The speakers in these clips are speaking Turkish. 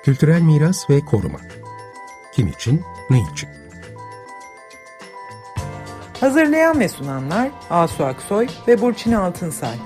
Kültürel miras ve koruma. Kim için, ne için? Hazırlayan ve sunanlar Asu Aksoy ve Burçin Altınsay.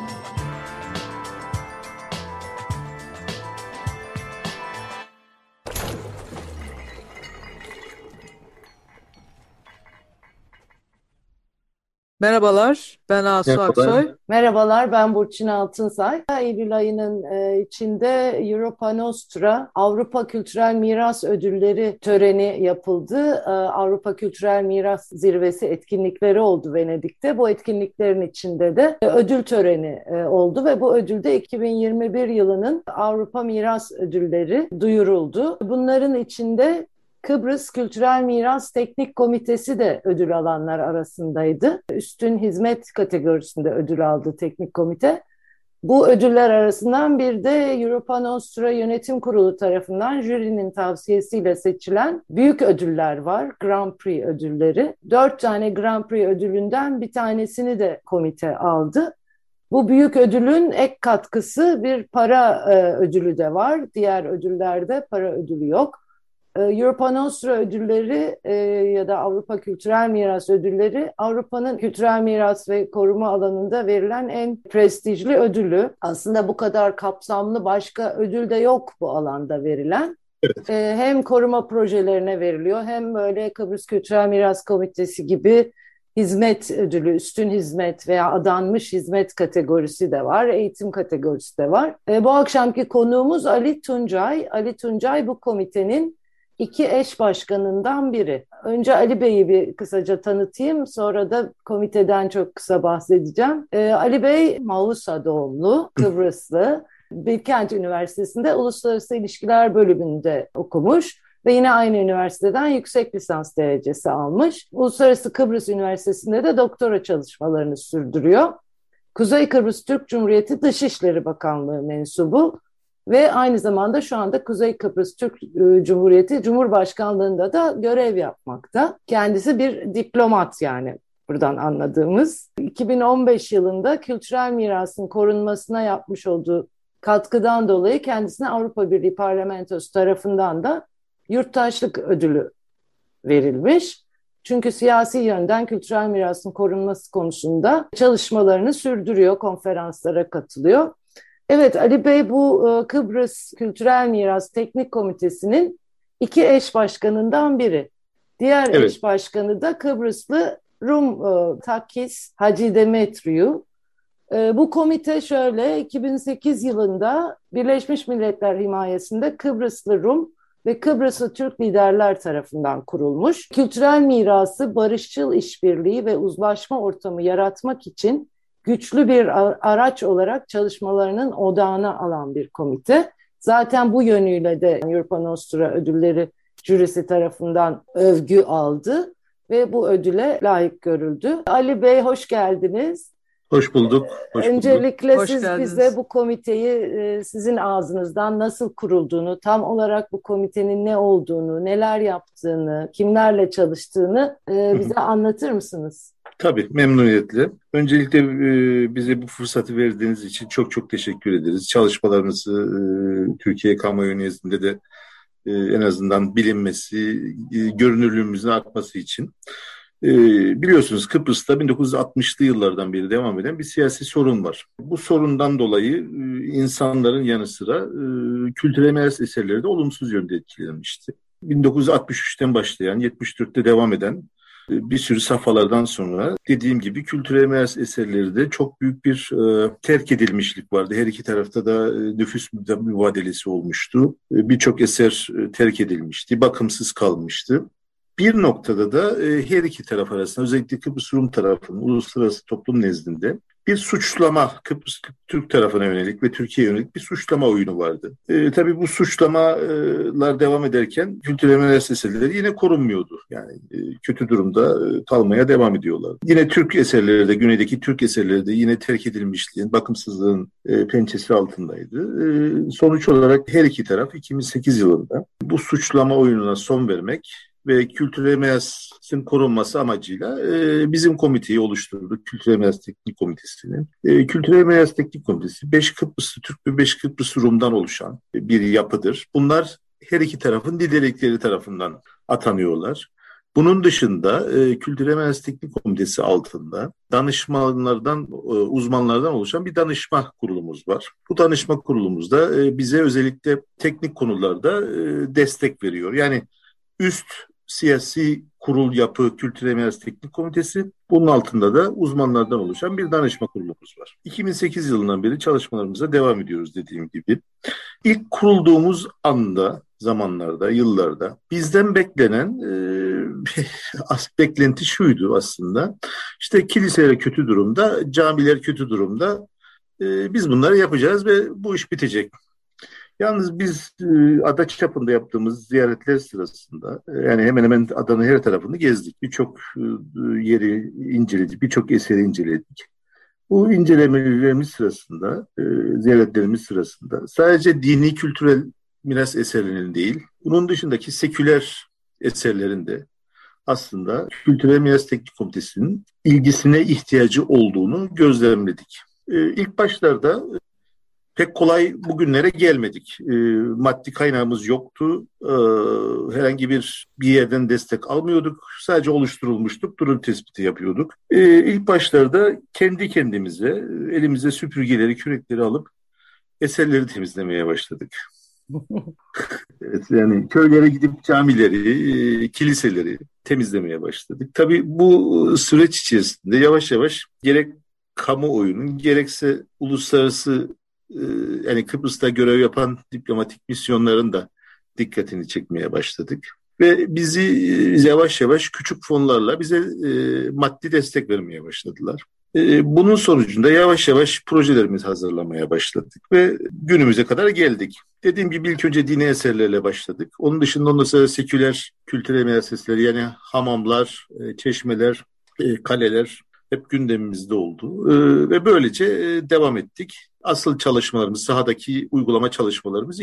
Merhabalar, ben Asu Aksoy. Merhabalar, ben Burçin Altınsay. Eylül ayının içinde Europa Nostra Avrupa Kültürel Miras Ödülleri töreni yapıldı. Avrupa Kültürel Miras Zirvesi etkinlikleri oldu Venedik'te. Bu etkinliklerin içinde de ödül töreni oldu ve bu ödülde 2021 yılının Avrupa Miras Ödülleri duyuruldu. Bunların içinde Kıbrıs Kültürel Miras Teknik Komitesi de ödül alanlar arasındaydı. Üstün hizmet kategorisinde ödül aldı teknik komite. Bu ödüller arasından bir de Europa Nostra Yönetim Kurulu tarafından jürinin tavsiyesiyle seçilen büyük ödüller var. Grand Prix ödülleri. 4 tane Grand Prix ödülünden bir tanesini de komite aldı. Bu büyük ödülün ek katkısı bir para ödülü de var. Diğer ödüllerde para ödülü yok. Europa Nostra ödülleri ya da Avrupa Kültürel Miras ödülleri Avrupa'nın kültürel miras ve koruma alanında verilen en prestijli ödülü. Aslında bu kadar kapsamlı başka ödül de yok bu alanda verilen. Evet. Hem koruma projelerine veriliyor hem böyle Kıbrıs Kültürel Miras Komitesi gibi hizmet ödülü, üstün hizmet veya adanmış hizmet kategorisi de var, eğitim kategorisi de var. Bu akşamki konuğumuz Ali Tuncay. Ali Tuncay bu komitenin 2 eş başkanından biri. Önce Ali Bey'i bir kısaca tanıtayım, sonra da komiteden çok kısa bahsedeceğim. Ali Bey Mausa doğumlu, Kıbrıslı. Bilkent Üniversitesi'nde Uluslararası İlişkiler bölümünde okumuş ve yine aynı üniversiteden yüksek lisans derecesi almış. Uluslararası Kıbrıs Üniversitesi'nde de doktora çalışmalarını sürdürüyor. Kuzey Kıbrıs Türk Cumhuriyeti Dışişleri Bakanlığı mensubu. Ve aynı zamanda şu anda Kuzey Kıbrıs Türk Cumhuriyeti Cumhurbaşkanlığında da görev yapmakta. Kendisi bir diplomat yani buradan anladığımız. 2015 yılında kültürel mirasın korunmasına yapmış olduğu katkıdan dolayı kendisine Avrupa Birliği Parlamentosu tarafından da yurttaşlık ödülü verilmiş. Çünkü siyasi yönden kültürel mirasın korunması konusunda çalışmalarını sürdürüyor, konferanslara katılıyor. Evet Ali Bey bu Kıbrıs Kültürel Miras Teknik Komitesi'nin 2 eş başkanından biri. Diğer eş başkanı da Kıbrıslı Rum Takis Hacidemetriou. Bu komite şöyle 2008 yılında Birleşmiş Milletler himayesinde Kıbrıslı Rum ve Kıbrıslı Türk liderler tarafından kurulmuş. Kültürel mirası, barışçıl işbirliği ve uzlaşma ortamı yaratmak için güçlü bir araç olarak çalışmalarının odağına alan bir komite. Zaten bu yönüyle de Europa Nostra ödülleri jürisi tarafından övgü aldı ve bu ödüle layık görüldü. Ali Bey hoş geldiniz. Hoş bulduk. Öncelikle hoş siz geldiniz. bize bu komiteyi sizin ağzınızdan nasıl kurulduğunu, tam olarak bu komitenin ne olduğunu, neler yaptığını, kimlerle çalıştığını bize anlatır mısınız? Tabii, memnuniyetle. Öncelikle bize bu fırsatı verdiğiniz için çok çok teşekkür ederiz. Çalışmalarınızı Türkiye kamuoyu nezdinde de en azından bilinmesi, görünürlüğümüzün artması için. Biliyorsunuz Kıbrıs'ta 1960'lı yıllardan beri devam eden bir siyasi sorun var. Bu sorundan dolayı insanların yanı sıra kültürel miras eserleri de olumsuz yönde etkilenmişti. 1963'ten başlayan, 74'te devam eden bir sürü safhalardan sonra dediğim gibi kültürel miras eserleri de çok büyük bir terk edilmişlik vardı. Her iki tarafta da nüfus mübadelesi olmuştu. Birçok eser terk edilmişti, bakımsız kalmıştı. Bir noktada da her iki taraf arasında özellikle Kıbrıs Rum tarafının uluslararası toplum nezdinde bir suçlama, Kıbrıs Türk tarafına yönelik ve Türkiye'ye yönelik bir suçlama oyunu vardı. Tabii bu suçlamalar devam ederken kültürel miras eserleri yine korunmuyordu. Yani kötü durumda kalmaya devam ediyorlar. Yine Türk eserleri de, güneydeki Türk eserleri de yine terk edilmişliğin, bakımsızlığın pençesi altındaydı. Sonuç olarak her iki taraf 2008 yılında bu suçlama oyununa son vermek ve kültürel mirasın korunması amacıyla bizim komiteyi oluşturduk. Kültürel Miras Teknik Komitesi'ni. Kültürel Miras Teknik Komitesi 5 Kıbrıslı Türk ve 5 Kıbrıslı Rum'dan oluşan bir yapıdır. Bunlar her iki tarafın liderlikleri tarafından atanıyorlar. Bunun dışında Kültürel Miras Teknik Komitesi altında danışmanlardan, uzmanlardan oluşan bir danışma kurulumuz var. Bu danışma kurulumuzda bize özellikle teknik konularda destek veriyor. Yani üst siyasi kurul yapı Kültürel Miras Teknik Komitesi, bunun altında da uzmanlardan oluşan bir danışma kurulumuz var. 2008 yılından beri çalışmalarımıza devam ediyoruz dediğim gibi. İlk kurulduğumuz zamanlarda, yıllarda bizden beklenen beklenti şuydu aslında. İşte kiliseler kötü durumda, camiler kötü durumda. Biz bunları yapacağız ve bu iş bitecek. Yalnız biz ada çapında yaptığımız ziyaretler sırasında yani hemen hemen adanın her tarafını gezdik. Birçok yeri inceledik, birçok eseri inceledik. Bu incelemelerimiz sırasında, ziyaretlerimiz sırasında sadece dini kültürel miras eserlerinin değil, bunun dışındaki seküler eserlerin de aslında Kültürel Miras Teknik Komitesi'nin ilgisine ihtiyacı olduğunu gözlemledik. İlk başlarda pek kolay bugünlere gelmedik. Maddi kaynağımız yoktu. Herhangi bir yerden destek almıyorduk. Sadece oluşturulmuştuk. Durum tespiti yapıyorduk. İlk başlarda kendi kendimize elimize süpürgeleri, kürekleri alıp eserleri temizlemeye başladık. Evet, yani köylere gidip camileri, kiliseleri temizlemeye başladık. Tabii bu süreç içerisinde yavaş yavaş gerek kamuoyunun gerekse uluslararası yani Kıbrıs'ta görev yapan diplomatik misyonların da dikkatini çekmeye başladık. Ve bizi yavaş yavaş küçük fonlarla bize maddi destek vermeye başladılar. Bunun sonucunda yavaş yavaş projelerimizi hazırlamaya başladık ve günümüze kadar geldik. Dediğim gibi ilk önce dini eserlerle başladık. Onun dışında ondan sonra seküler kültürel miras eserleri yani hamamlar, çeşmeler, kaleler hep gündemimizde oldu ve böylece devam ettik. Asıl çalışmalarımız, sahadaki uygulama çalışmalarımız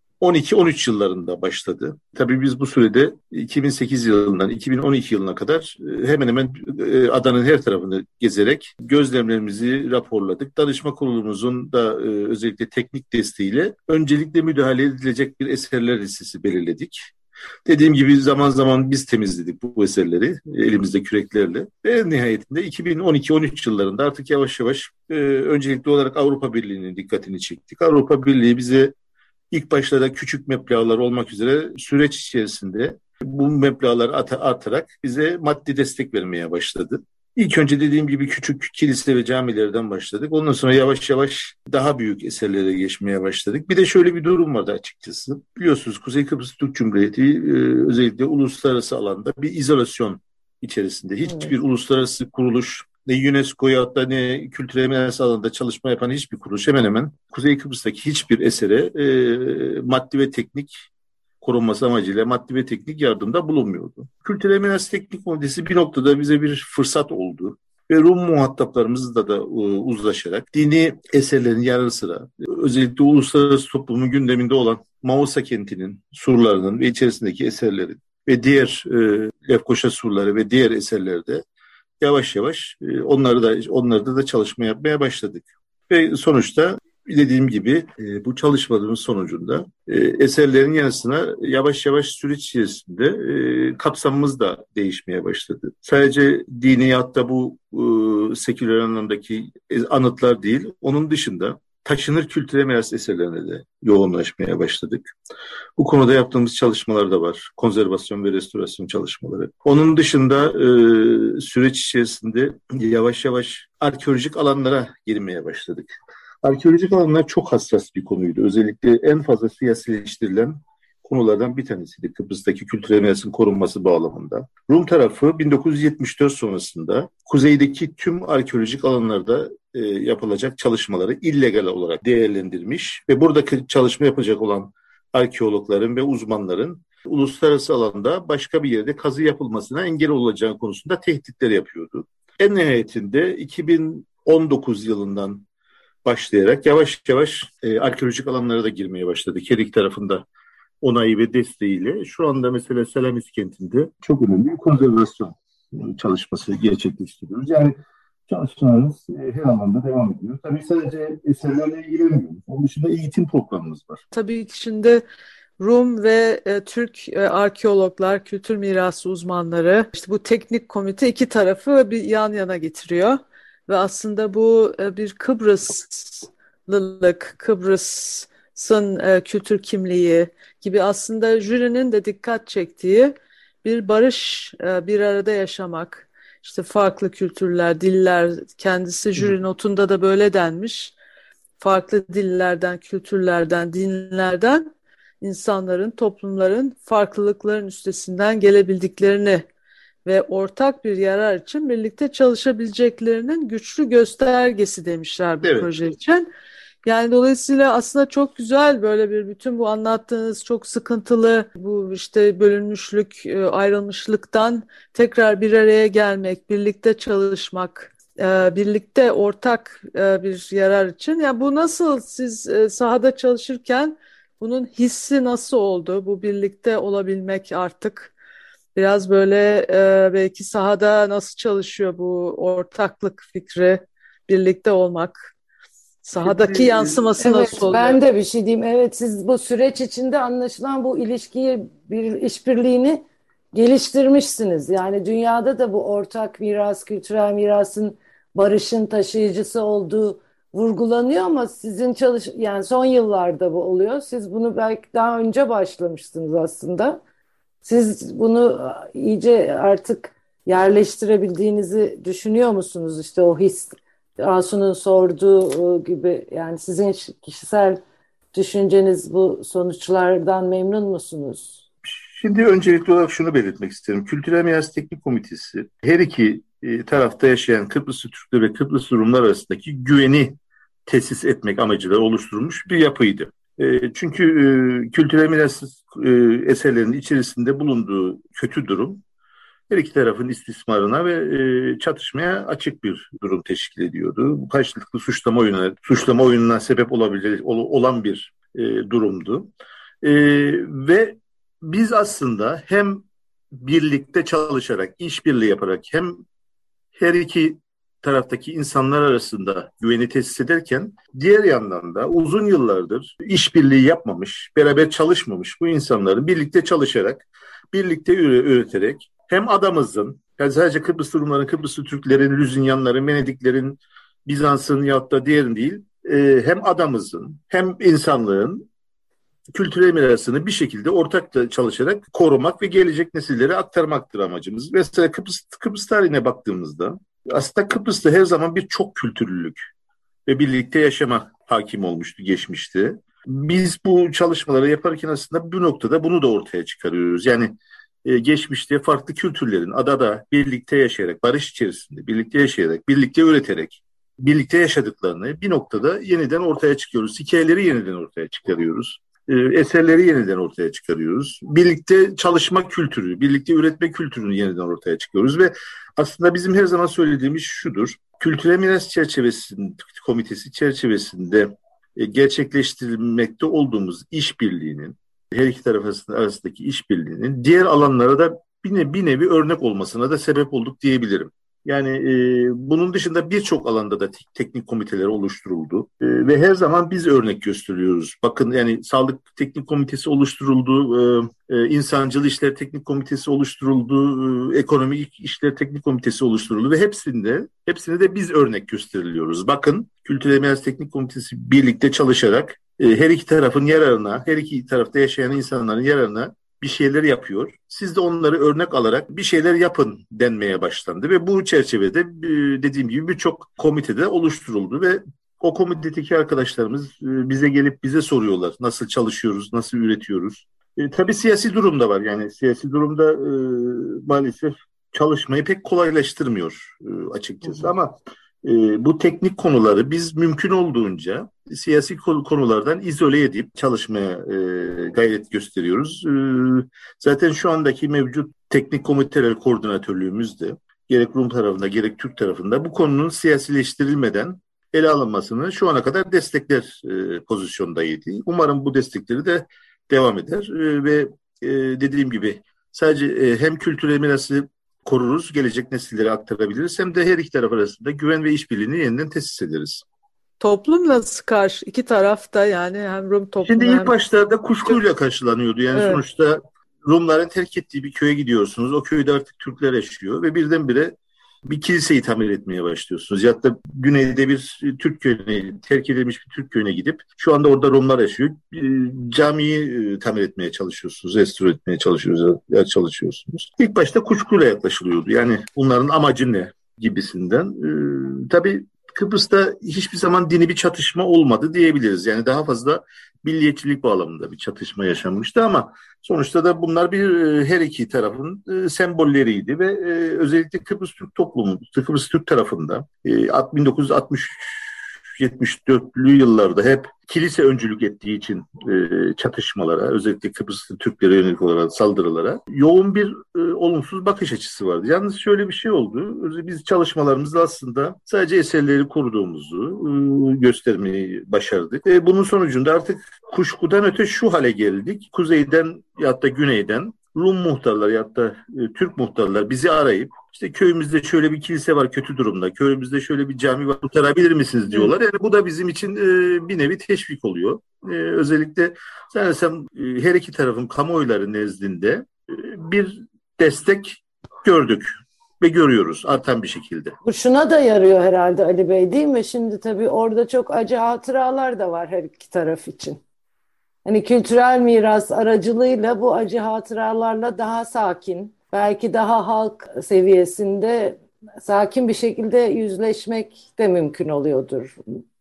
2012-13 yıllarında başladı. Tabii biz bu sürede 2008 yılından 2012 yılına kadar hemen hemen adanın her tarafını gezerek gözlemlerimizi raporladık. Danışma kurulumuzun da özellikle teknik desteğiyle öncelikle müdahale edilecek bir eserler listesi belirledik. Dediğim gibi zaman zaman biz temizledik bu eserleri elimizde küreklerle ve en nihayetinde 2012-13 yıllarında artık yavaş yavaş öncelikli olarak Avrupa Birliği'nin dikkatini çektik. Avrupa Birliği bize ilk başlarda küçük meblağlar olmak üzere süreç içerisinde bu meblağları artarak bize maddi destek vermeye başladı. İlk önce dediğim gibi küçük kilise ve camilerden başladık. Ondan sonra yavaş yavaş daha büyük eserlere geçmeye başladık. Bir de şöyle bir durum vardı açıkçası. Biliyorsunuz Kuzey Kıbrıs Türk Cumhuriyeti özellikle uluslararası alanda bir izolasyon içerisinde. Hiçbir uluslararası kuruluş ne UNESCO'ya hatta ne kültürel miras alanında çalışma yapan hiçbir kuruluş hemen hemen Kuzey Kıbrıs'taki hiçbir esere maddi ve teknik korunması amacıyla maddi ve teknik yardımda bulunmuyordu. Kültürel Miras Teknik Komitesi bir noktada bize bir fırsat oldu ve Rum muhataplarımızla da uzlaşarak dini eserlerin yanı sıra özellikle uluslararası toplumun gündeminde olan Mausa kentinin surlarının ve içerisindeki eserlerin ve diğer Lefkoşa surları ve diğer eserlerde yavaş yavaş onlarda da çalışma yapmaya başladık. Ve sonuçta dediğim gibi bu çalışmalarımız sonucunda eserlerin yanısına yavaş yavaş süreç içerisinde kapsamımız da değişmeye başladı. Sadece dini hatta bu seküler anlamdaki anıtlar değil, onun dışında taşınır kültürel miras eserlerine de yoğunlaşmaya başladık. Bu konuda yaptığımız çalışmalar da var. Konservasyon ve restorasyon çalışmaları. Onun dışında süreç içerisinde yavaş yavaş arkeolojik alanlara girmeye başladık. Arkeolojik alanlar çok hassas bir konuydu. Özellikle en fazla siyasileştirilen konulardan bir tanesiydi Kıbrıs'taki kültürel mirasın korunması bağlamında. Rum tarafı 1974 sonrasında kuzeydeki tüm arkeolojik alanlarda yapılacak çalışmaları illegal olarak değerlendirmiş ve buradaki çalışma yapacak olan arkeologların ve uzmanların uluslararası alanda başka bir yerde kazı yapılmasına engel olacağı konusunda tehditler yapıyordu. En nihayetinde 2019 yılından başlayarak yavaş yavaş arkeolojik alanlara da girmeye başladı. Kerik tarafında onayı ve desteğiyle şu anda mesela Selamis kentinde çok önemli bir konservasyon çalışması gerçekleştiriyoruz. Yani çalışmalarımız her alanda devam ediyor. Tabii sadece eserlerle ilgilenmiyoruz. Onun dışında eğitim programımız var. Tabii ki şimdi Rum ve Türk arkeologlar, kültür mirası uzmanları, işte bu teknik komite iki tarafı bir yan yana getiriyor. Ve aslında bu bir Kıbrıslılık, Kıbrıs'ın kültür kimliği gibi aslında jürinin de dikkat çektiği bir barış, bir arada yaşamak. İşte farklı kültürler, diller, kendisi jüri notunda da böyle denmiş. Farklı dillerden, kültürlerden, dinlerden insanların, toplumların farklılıkların üstesinden gelebildiklerini ve ortak bir yarar için birlikte çalışabileceklerinin güçlü göstergesi demişler bu Evet. proje için. Yani dolayısıyla aslında çok güzel böyle bir bütün bu anlattığınız çok sıkıntılı bu işte bölünmüşlük, ayrılmışlıktan tekrar bir araya gelmek, birlikte çalışmak, birlikte ortak bir yarar için. Yani bu nasıl siz sahada çalışırken bunun hissi nasıl oldu? Bu birlikte olabilmek artık biraz böyle belki sahada nasıl çalışıyor bu ortaklık fikri, birlikte olmak, sahadaki Şimdi yansıması Evet, nasıl oluyor? ben de bir şey diyeyim. Evet, siz bu süreç içinde anlaşılan bu ilişkiyi, bir işbirliğini geliştirmişsiniz. Yani dünyada da bu ortak miras, kültürel mirasın barışın taşıyıcısı olduğu vurgulanıyor ama sizin yani son yıllarda bu oluyor. Siz bunu belki daha önce başlamıştınız aslında. Siz bunu iyice artık yerleştirebildiğinizi düşünüyor musunuz? İşte o his, Asu'nun sorduğu gibi, yani sizin kişisel düşünceniz, bu sonuçlardan memnun musunuz? Şimdi öncelikli olarak şunu belirtmek isterim. Kültürel Miras Teknik Komitesi her iki tarafta yaşayan Kıbrıslı Türkler ve Kıbrıslı Rumlar arasındaki güveni tesis etmek amacıyla oluşturulmuş bir yapıydı. Çünkü kültürel miras eserlerinin içerisinde bulunduğu kötü durum her iki tarafın istismarına ve çatışmaya açık bir durum teşkil ediyordu. Bu karşılıklı suçlama oyununa sebep olan bir durumdu. Ve biz aslında hem birlikte çalışarak, işbirliği yaparak hem her iki taraftaki insanlar arasında güveni tesis ederken diğer yandan da uzun yıllardır işbirliği yapmamış, beraber çalışmamış bu insanların birlikte çalışarak, birlikte üreterek hem adamızın, yani sadece Kıbrıs Rumların, Kıbrıs Türklerin, Lüzinyanların, Venediklerin, Bizans'ın yahut da diğerin değil, hem adamızın hem insanlığın kültürel mirasını bir şekilde ortak çalışarak korumak ve gelecek nesillere aktarmaktır amacımız. Mesela Kıbrıs tarihine baktığımızda aslında Kıbrıs'ta her zaman bir çok kültürlülük ve birlikte yaşama hakim olmuştu geçmişte. Biz bu çalışmaları yaparken aslında bu noktada bunu da ortaya çıkarıyoruz. Yani geçmişte farklı kültürlerin adada birlikte yaşayarak, barış içerisinde birlikte yaşayarak, birlikte üreterek, birlikte yaşadıklarını bir noktada yeniden ortaya çıkıyoruz. Hikayeleri yeniden ortaya çıkarıyoruz. Eserleri yeniden ortaya çıkarıyoruz. Birlikte çalışma kültürü, birlikte üretme kültürünü yeniden ortaya çıkıyoruz ve aslında bizim her zaman söylediğimiz şudur. Kültürel miras komitesi çerçevesinde gerçekleştirilmekte olduğumuz işbirliğinin, her iki taraf arasındaki işbirliğinin diğer alanlara da bir nevi örnek olmasına da sebep olduk diyebilirim. Yani bunun dışında birçok alanda da teknik komiteler oluşturuldu ve her zaman biz örnek gösteriyoruz. Bakın yani Sağlık Teknik Komitesi oluşturuldu, İnsancıl İşler Teknik Komitesi oluşturuldu, Ekonomik İşler Teknik Komitesi oluşturuldu ve hepsinde de biz örnek gösteriliyoruz. Bakın Kültürel Miras Teknik Komitesi birlikte çalışarak her iki tarafın yararına, her iki tarafta yaşayan insanların yararına bir şeyler yapıyor. Siz de onları örnek alarak bir şeyler yapın denmeye başlandı ve bu çerçevede dediğim gibi birçok komitede oluşturuldu ve o komitedeki arkadaşlarımız bize gelip bize soruyorlar nasıl çalışıyoruz, nasıl üretiyoruz. Tabii siyasi durum da var. Yani siyasi durumda maalesef çalışmayı pek kolaylaştırmıyor açıkçası ama bu teknik konuları biz mümkün olduğunca siyasi konulardan izole edip çalışmaya gayret gösteriyoruz. Zaten şu andaki mevcut teknik komiteler koordinatörlüğümüzde gerek Rum tarafında gerek Türk tarafında bu konunun siyasileştirilmeden ele alınmasını şu ana kadar destekler pozisyondaydı. Umarım bu destekleri de devam eder ve dediğim gibi sadece hem kültürel mirası koruruz, gelecek nesillere aktarabiliriz hem de her iki taraf arasında güven ve işbirliğini yeniden tesis ederiz. Toplum nasıl karşı? İki tarafta yani hem Rum Şimdi toplumu ilk hem başlarda Türk. kuşkuyla karşılanıyordu. Yani Evet. sonuçta Rumların terk ettiği bir köye gidiyorsunuz. O köyde artık Türkler yaşıyor ve birdenbire bir kiliseyi tamir etmeye başlıyorsunuz. Ya da güneyde bir Türk köyüne, terk edilmiş bir Türk köyüne gidip şu anda orada Rumlar yaşıyor. Camiyi tamir etmeye çalışıyorsunuz, restore etmeye çalışıyorsunuz. İlk başta kuşkuyla yaklaşılıyordu. Yani bunların amacı ne gibisinden. Tabii Kıbrıs'ta hiçbir zaman dini bir çatışma olmadı diyebiliriz. Yani daha fazla milliyetçilik bağlamında bir çatışma yaşanmıştı ama sonuçta da bunlar her iki tarafın sembolleriydi ve özellikle Kıbrıs Türk toplumu, Kıbrıs Türk tarafında 1960-74'lü yıllarda hep kilise öncülük ettiği için çatışmalara, özellikle Kıbrıslı Türklere yönelik olarak saldırılara yoğun bir olumsuz bakış açısı vardı. Yalnız şöyle bir şey oldu. Biz çalışmalarımızda aslında sadece eserleri koruduğumuzu göstermeyi başardık. Bunun sonucunda artık kuşkudan öte şu hale geldik. Kuzeyden ya da güneyden Rum muhtarlar ya da Türk muhtarlar bizi arayıp işte köyümüzde şöyle bir kilise var kötü durumda, köyümüzde şöyle bir cami var kurtarabilir misiniz diyorlar. Yani bu da bizim için bir nevi teşvik oluyor. Özellikle sanırsam her iki tarafın kamuoyları nezdinde bir destek gördük ve görüyoruz artan bir şekilde. Bu şuna da yarıyor herhalde Ali Bey, değil mi? Şimdi tabii orada çok acı hatıralar da var her iki taraf için. Hani kültürel miras aracılığıyla bu acı hatıralarla daha sakin, belki daha halk seviyesinde sakin bir şekilde yüzleşmek de mümkün oluyordur.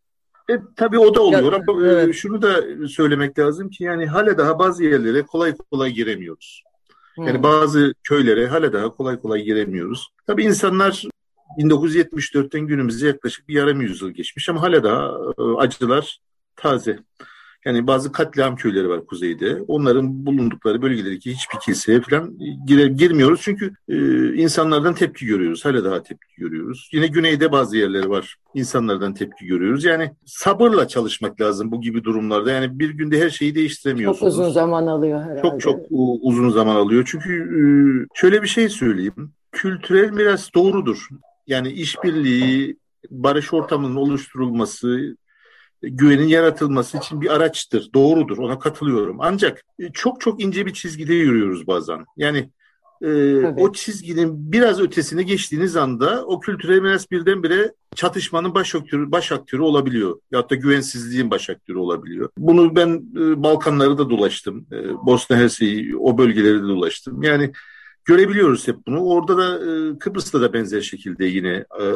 Tabii o da oluyor Ya, ama evet. şunu da söylemek lazım ki yani hala daha bazı yerlere kolay kolay giremiyoruz. Yani Hmm. bazı köylere hala daha kolay kolay giremiyoruz. Tabii insanlar 1974'ten günümüze yaklaşık bir yarım yüzyıl geçmiş ama hala daha acılar taze. Yani bazı katliam köyleri var kuzeyde. Onların bulundukları bölgelerdeki hiçbir kiliseye falan girmiyoruz. Çünkü insanlardan tepki görüyoruz. Hala daha tepki görüyoruz. Yine güneyde bazı yerleri var. İnsanlardan tepki görüyoruz. Yani sabırla çalışmak lazım bu gibi durumlarda. Yani bir günde her şeyi Çok uzun değiştiremiyorsunuz. zaman alıyor Çok çok herhalde. uzun zaman alıyor. Çünkü şöyle bir şey söyleyeyim. Kültürel miras doğrudur. Yani işbirliği, barış ortamının oluşturulması, güvenin yaratılması için bir araçtır. Doğrudur. Ona katılıyorum. Ancak çok çok ince bir çizgide yürüyoruz bazen. Yani o Tabii. çizginin biraz ötesine geçtiğiniz anda o kültürel miras birdenbire çatışmanın baş aktörü olabiliyor. Ya da güvensizliğin baş aktörü olabiliyor. Bunu ben Balkanları da dolaştım. Bosna Hersek'i, o bölgeleri de dolaştım. Yani görebiliyoruz hep bunu. Orada da Kıbrıs'ta da benzer şekilde yine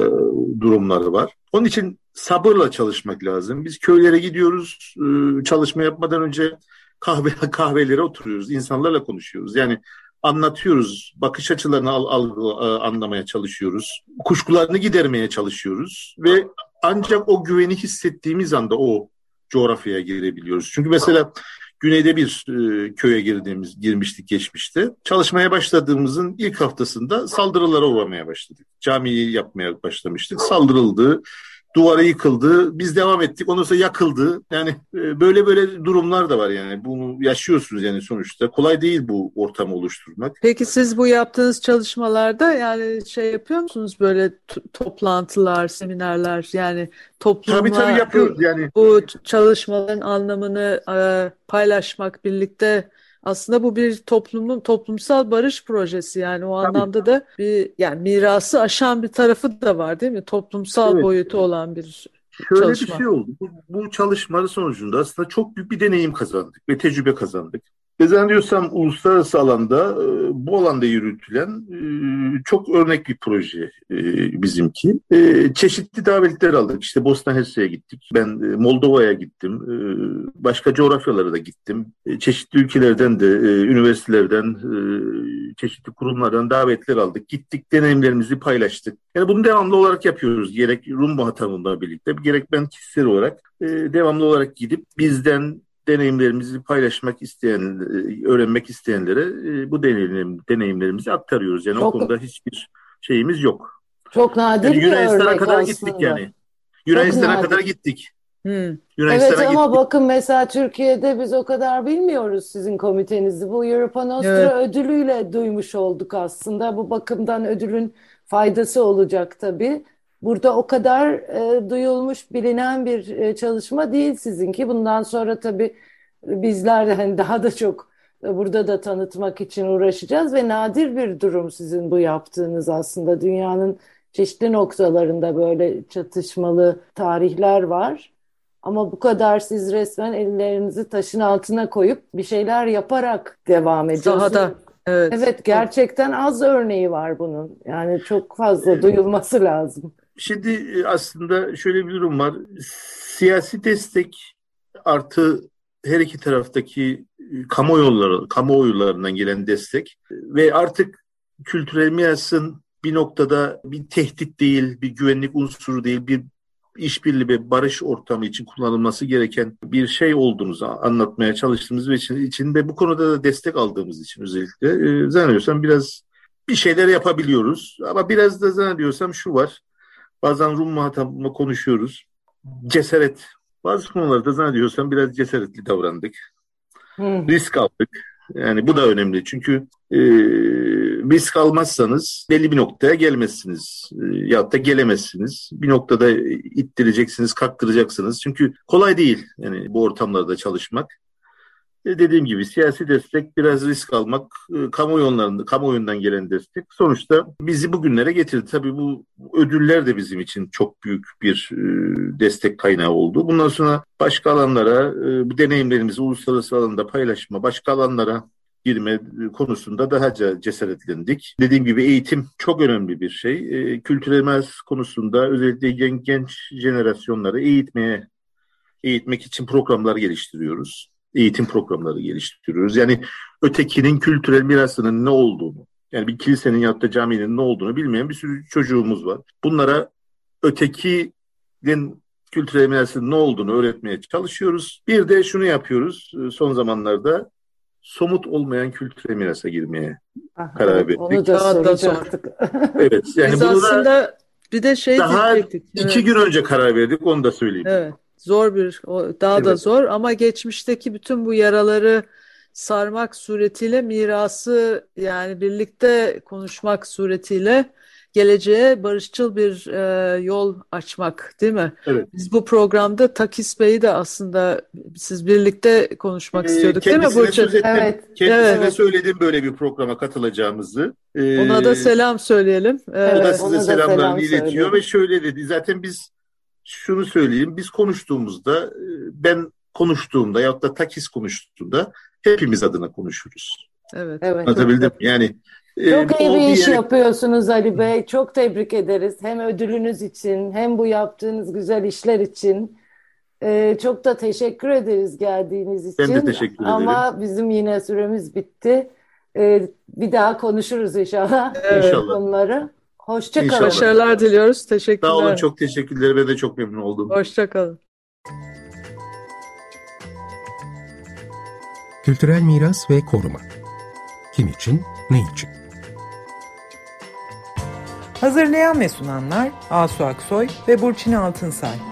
durumları var. Onun için sabırla çalışmak lazım. Biz köylere gidiyoruz. Çalışma yapmadan önce kahvelere oturuyoruz. İnsanlarla konuşuyoruz. Yani anlatıyoruz. Bakış açılarını anlamaya çalışıyoruz. Kuşkularını gidermeye çalışıyoruz. Ve ancak o güveni hissettiğimiz anda o coğrafyaya girebiliyoruz. Çünkü mesela güneyde bir köye girmiştik geçmişte. Çalışmaya başladığımızın ilk haftasında saldırılara uğramaya başladık. Camiyi yapmaya başlamıştık. Saldırıldı, duvarı yıkıldı. Biz devam ettik. Ondan sonra yakıldı. Yani böyle böyle durumlar da var yani. Bunu yaşıyorsunuz yani sonuçta. Kolay değil bu ortamı oluşturmak. Peki siz bu yaptığınız çalışmalarda yani şey yapıyor musunuz böyle toplantılar, seminerler yani Tabii toplumla yapıyoruz yani. bu çalışmaların anlamını paylaşmak birlikte aslında bu bir toplumsal barış projesi yani o Tabii. anlamda da bir yani mirası aşan bir tarafı da var değil mi? Toplumsal Evet. boyutu olan bir Şöyle bir çalışma. şey oldu. Bu çalışmaların sonucunda aslında çok büyük bir deneyim kazandık ve tecrübe kazandık. Ve zannediyorsam uluslararası alanda bu alanda yürütülen çok örnek bir proje bizimki. Çeşitli davetler aldık. İşte Bosna Hersek'e gittik. Ben Moldova'ya gittim. Başka coğrafyalara da gittim. Çeşitli ülkelerden de, üniversitelerden, çeşitli kurumlardan davetler aldık. Gittik, deneyimlerimizi paylaştık. Yani bunu devamlı olarak yapıyoruz. Gerek Rum muhatabımla birlikte, gerek ben kişisel olarak devamlı olarak gidip bizden deneyimlerimizi paylaşmak isteyen, öğrenmek isteyenlere bu deneyimlerimizi aktarıyoruz. Yani o Çok konuda hiçbir şeyimiz yok. çok nadir Yani bir Yunanistan'a örnek kadar gittik aslında. yani. Çok Yunanistan'a kadar nadir. gittik. Hmm. Evet Yunanistan'a ama gittik. bakın mesela Türkiye'de biz o kadar bilmiyoruz sizin komitenizi. Bu Europa Evet. Nostra ödülüyle duymuş olduk aslında. Bu bakımdan ödülün faydası olacak tabii. burada o kadar duyulmuş, bilinen bir çalışma değil sizinki. Bundan sonra tabii bizler de hani daha da çok burada da tanıtmak için uğraşacağız ve nadir bir durum sizin bu yaptığınız aslında. Dünyanın çeşitli noktalarında böyle çatışmalı tarihler var. Ama bu kadar siz resmen ellerinizi taşın altına koyup bir şeyler yaparak devam ediyorsunuz. Sahada. Evet. Evet, gerçekten az örneği var bunun. Yani çok fazla duyulması lazım. Şimdi aslında şöyle bir durum var. Siyasi destek artı her iki taraftaki kamuoylarından gelen destek ve artık kültürel mirasın bir noktada bir tehdit değil, bir güvenlik unsuru değil, bir işbirliği ve barış ortamı için kullanılması gereken bir şey olduğumuzu anlatmaya çalıştığımız ve için ve bu konuda da destek aldığımız için özellikle zannediyorsam biraz bir şeyler yapabiliyoruz. Ama biraz da zannediyorsam şu var. Bazen Rum muhatabımla konuşuyoruz. Cesaret. Bazı konularda zannediyorsam biraz cesaretli davrandık. Risk aldık. Yani bu da önemli. Çünkü risk almazsanız belli bir noktaya gelmezsiniz. Ya da gelemezsiniz. Bir noktada ittireceksiniz, kaktıracaksınız. Çünkü kolay değil yani bu ortamlarda çalışmak. Dediğim gibi siyasi destek, biraz risk almak, kamuoyundan gelen destek sonuçta bizi bugünlere getirdi. Tabii bu ödüller de bizim için çok büyük bir destek kaynağı oldu. Bundan sonra başka alanlara, bu deneyimlerimizi uluslararası alanda paylaşma, başka alanlara girme konusunda daha cesaretlendik. Dediğim gibi eğitim çok önemli bir şey. Kültürel miras konusunda özellikle genç jenerasyonları eğitmek için programlar geliştiriyoruz. Eğitim programları geliştiriyoruz. Yani ötekinin kültürel mirasının ne olduğunu, yani bir kilisenin ya da caminin ne olduğunu bilmeyen bir sürü çocuğumuz var. Bunlara ötekinin kültürel mirasının ne olduğunu öğretmeye çalışıyoruz. Bir de şunu yapıyoruz son zamanlarda, somut olmayan kültürel mirasa girmeye karar verdik. Onu da soracaktık. Evet. Yani Biz bunu aslında bir de daha diyecektik. 2 gün önce karar verdik, onu da söyleyeyim. Evet. Zor daha da zor ama geçmişteki bütün bu yaraları sarmak suretiyle mirası yani birlikte konuşmak suretiyle geleceğe barışçıl bir yol açmak değil mi? Evet. Biz bu programda Takis Bey'i de aslında siz birlikte konuşmak istiyorduk değil mi Burçin? Kendisine söyledim böyle bir programa katılacağımızı. Ona da selam söyleyelim. O da size selamlarını iletiyor ve şöyle dedi. Zaten biz şunu söyleyeyim, biz konuştuğumuzda, ben konuştuğumda ya da Takis konuştuğunda hepimiz adına konuşuruz. Evet. Anlatabildim. Yani çok iyi bir iş yapıyorsunuz Ali Bey. Çok tebrik ederiz. Hem ödülünüz için hem bu yaptığınız güzel işler için. Çok da teşekkür ederiz geldiğiniz için. Ben de teşekkür ederim. Ama bizim yine süremiz bitti. Bir daha konuşuruz inşallah. İnşallah. Bunları. Hoşça kalın. Başarılar diliyoruz. Teşekkürler. Sağ olun, çok teşekkürler. Ben de çok memnun oldum. Hoşça kalın. Kültürel miras ve koruma. Kim için, ne için? Hazırlayan ve sunanlar Asu Aksoy ve Burçin Altınsay.